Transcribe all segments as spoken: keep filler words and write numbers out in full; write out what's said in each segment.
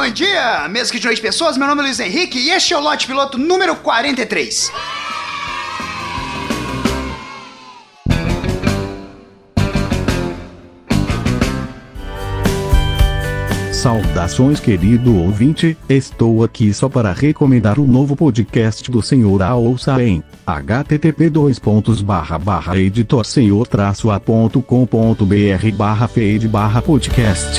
Bom dia, mesa que de noite pessoas, meu nome é Luiz Henrique e este é o Lote Piloto número quarenta e três. Saudações, querido ouvinte, estou aqui só para recomendar o novo podcast do Senhor A. Ouça em h t t p dois pontos barra barra editor senhor traço a ponto com ponto b r barra feed barra podcast.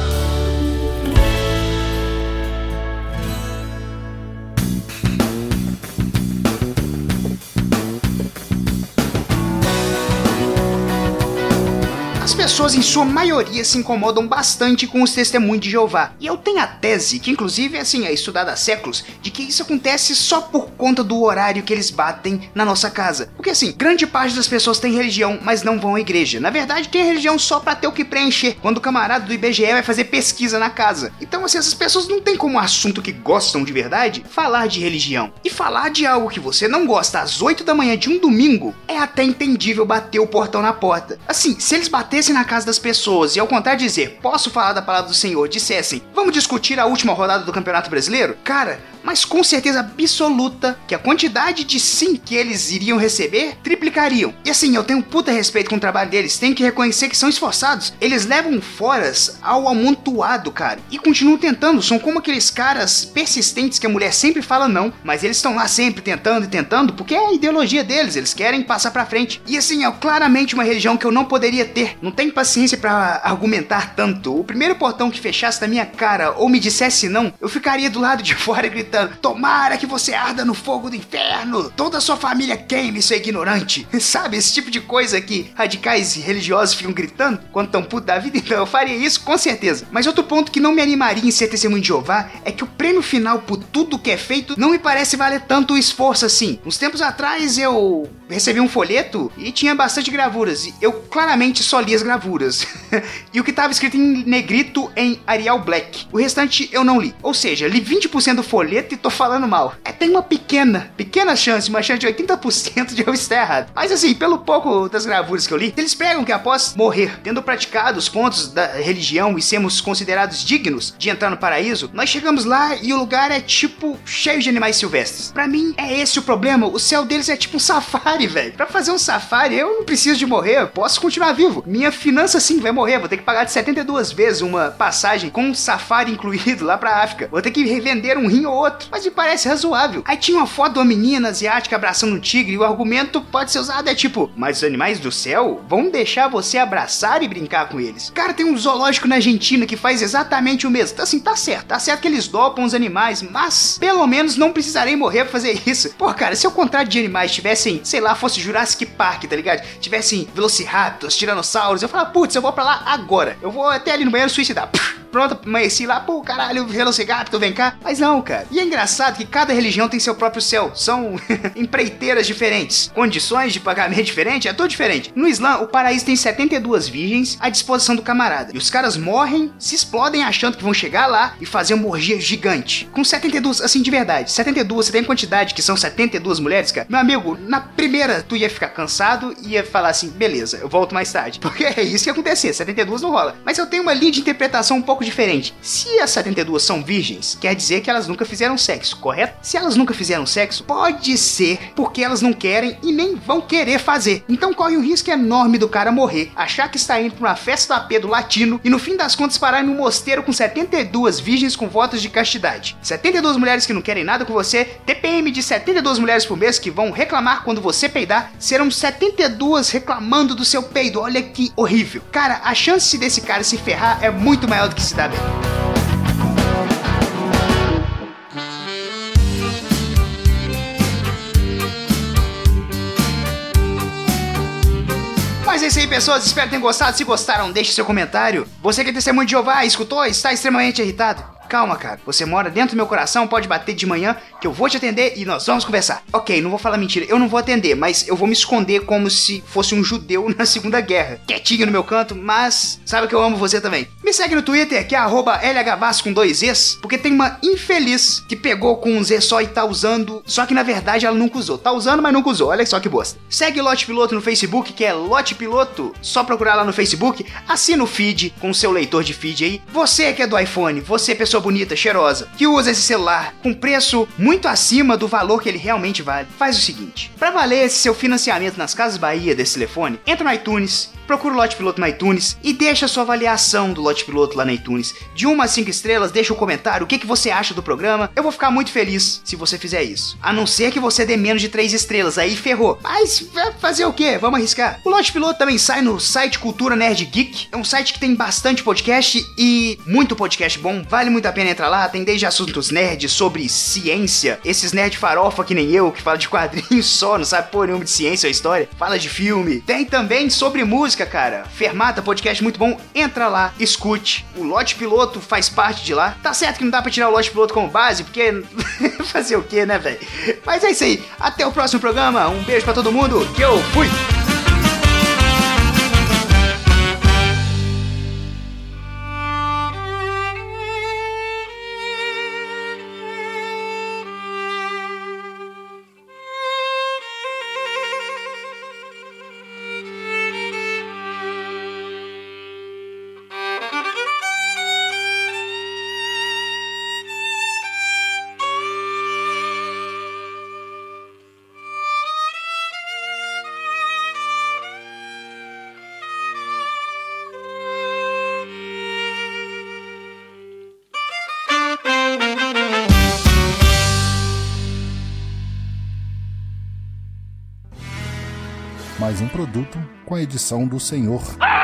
As pessoas, em sua maioria, se incomodam bastante com os testemunhos de Jeová. E eu tenho a tese, que inclusive assim, é estudada há séculos, de que isso acontece só por conta do horário que eles batem na nossa casa. Porque assim, grande parte das pessoas tem religião, mas não vão à igreja. Na verdade, tem religião só pra ter o que preencher, quando o camarada do I B G E vai fazer pesquisa na casa. Então assim, essas pessoas não têm como assunto que gostam de verdade falar de religião. E falar de algo que você não gosta às oito da manhã de um domingo, é até entendível bater o portão na porta. Assim, se eles batessem na casa das pessoas e ao contrário dizer, posso falar da palavra do Senhor, dissessem, vamos discutir a última rodada do Campeonato Brasileiro? Cara, mas com certeza absoluta que a quantidade de sim que eles iriam receber triplicariam. E assim, eu tenho um puta respeito com o trabalho deles, tenho que reconhecer que são esforçados. Eles levam foras ao amontoado, cara, e continuam tentando. São como aqueles caras persistentes que a mulher sempre fala não, mas eles estão lá sempre tentando e tentando, porque é a ideologia deles, eles querem passar pra frente. E assim, é claramente uma religião que eu não poderia ter. Não tenho paciência pra argumentar tanto. O primeiro portão que fechasse na minha cara ou me dissesse não, eu ficaria do lado de fora gritando, tomara que você arda no fogo do inferno, toda a sua família queime, seu ignorante. Sabe, esse tipo de coisa que radicais religiosos ficam gritando quando estão putos da vida. Então eu faria isso com certeza. Mas outro ponto que não me animaria em ser testemunho de Jeová é que o prêmio final por tudo que é feito não me parece valer tanto o esforço assim. Uns tempos atrás eu recebi um folheto e tinha bastante gravuras, e eu claramente só li as gravuras e o que estava escrito em negrito em Arial Black. O restante eu não li, ou seja, li vinte por cento do folheto e tô falando mal. É, tem uma pequena, pequena chance, uma chance de oitenta por cento de eu estar errado. Mas assim, pelo pouco das gravuras que eu li, eles pregam que após morrer, tendo praticado os pontos da religião e sermos considerados dignos de entrar no paraíso, nós chegamos lá e o lugar é tipo cheio de animais silvestres. Pra mim, é esse o problema. O céu deles é tipo um safari, velho. Pra fazer um safari, eu não preciso de morrer, eu posso continuar vivo. Minha finança sim vai morrer, vou ter que pagar de setenta e duas vezes uma passagem com um safari incluído lá pra África. Vou ter que revender um rim ou outro, mas me parece razoável. Aí tinha uma foto de uma menina asiática abraçando um tigre e o argumento pode ser usado é tipo, mas os animais do céu vão deixar você abraçar e brincar com eles. Cara, tem um zoológico na Argentina que faz exatamente o mesmo. Então, assim, tá certo, tá certo que eles dopam os animais, mas pelo menos não precisarei morrer pra fazer isso. Pô, cara, se ao contrário de animais tivessem, sei lá, fosse Jurassic Park, tá ligado? Tivessem Velociraptors, Tiranossauros, eu falava, putz, eu vou pra lá agora. Eu vou até ali no banheiro suicidar. Pronto, amanheci lá, pô, caralho, Velociraptor, vem cá. Mas não, cara. E é engraçado que cada religião tem seu próprio céu. São empreiteiras diferentes. Condições de pagamento diferentes, é tudo diferente. No Islã, o paraíso tem setenta e duas virgens à disposição do camarada. E os caras morrem, se explodem achando que vão chegar lá e fazer uma orgia gigante. Com setenta e duas, assim, de verdade. setenta e duas, você tem quantidade que são setenta e duas mulheres, cara? Meu amigo, na primeira tu ia ficar cansado e ia falar assim, beleza, eu volto mais tarde. Porque é isso que ia acontecer, setenta e duas não rola. Mas eu tenho uma linha de interpretação um pouco diferente. Se as setenta e duas são virgens, quer dizer que elas nunca fizeram sexo, correto? Se elas nunca fizeram sexo, pode ser porque elas não querem e nem vão querer fazer. Então corre um risco enorme do cara morrer, achar que está indo pra uma festa do A P do latino e no fim das contas parar em um mosteiro com setenta e duas virgens com votos de castidade. setenta e duas mulheres que não querem nada com você, T P M de setenta e duas mulheres por mês que vão reclamar quando você peidar, serão setenta e duas reclamando do seu peido. Olha que horrível. Cara, a chance desse cara se ferrar é muito maior do que se dá bem. Mas é isso aí, pessoas, espero que tenham gostado. Se gostaram, deixe seu comentário. Você que é testemunho de Jeová, escutou? Está extremamente irritado? Calma, cara, você mora dentro do meu coração, pode bater de manhã que eu vou te atender e nós vamos conversar. Ok, não vou falar mentira, eu não vou atender, mas eu vou me esconder como se fosse um judeu na Segunda Guerra. Quietinho no meu canto, mas sabe que eu amo você também. Me segue no Twitter, que é arroba L H Vasco com dois Zs, porque tem uma infeliz que pegou com um Z só e tá usando, só que na verdade ela nunca usou. Tá usando, mas nunca usou, olha só que bosta. Segue o Lote Piloto no Facebook, que é Lote Piloto, só procurar lá no Facebook, assina o feed com o seu leitor de feed aí. Você que é do iPhone, você pessoa pessoa bonita, cheirosa, que usa esse celular com preço muito acima do valor que ele realmente vale, faz o seguinte: pra valer esse seu financiamento nas Casas Bahia desse telefone, entra no iTunes, procura o Lote Piloto no iTunes e deixa a sua avaliação do Lote Piloto lá no iTunes. De uma a cinco estrelas, deixa um comentário, o que, que você acha do programa. Eu vou ficar muito feliz se você fizer isso. A não ser que você dê menos de três estrelas, aí ferrou. Mas vai fazer o quê? Vamos arriscar. O Lote Piloto também sai no site Cultura Nerd Geek. É um site que tem bastante podcast e muito podcast bom. Vale muito a pena entrar lá. Tem desde assuntos nerds sobre ciência, esses nerd farofa que nem eu, que fala de quadrinhos só, não sabe porra nenhuma de ciência ou história. Fala de filme. Tem também sobre música, cara. Fermata, podcast muito bom. Entra lá, escute. O Lote Piloto faz parte de lá. Tá certo que não dá pra tirar o Lote Piloto como base, porque fazer o quê, né, velho? Mas é isso aí. Até o próximo programa. Um beijo pra todo mundo. Que eu fui! Mais um produto com a edição do Senhor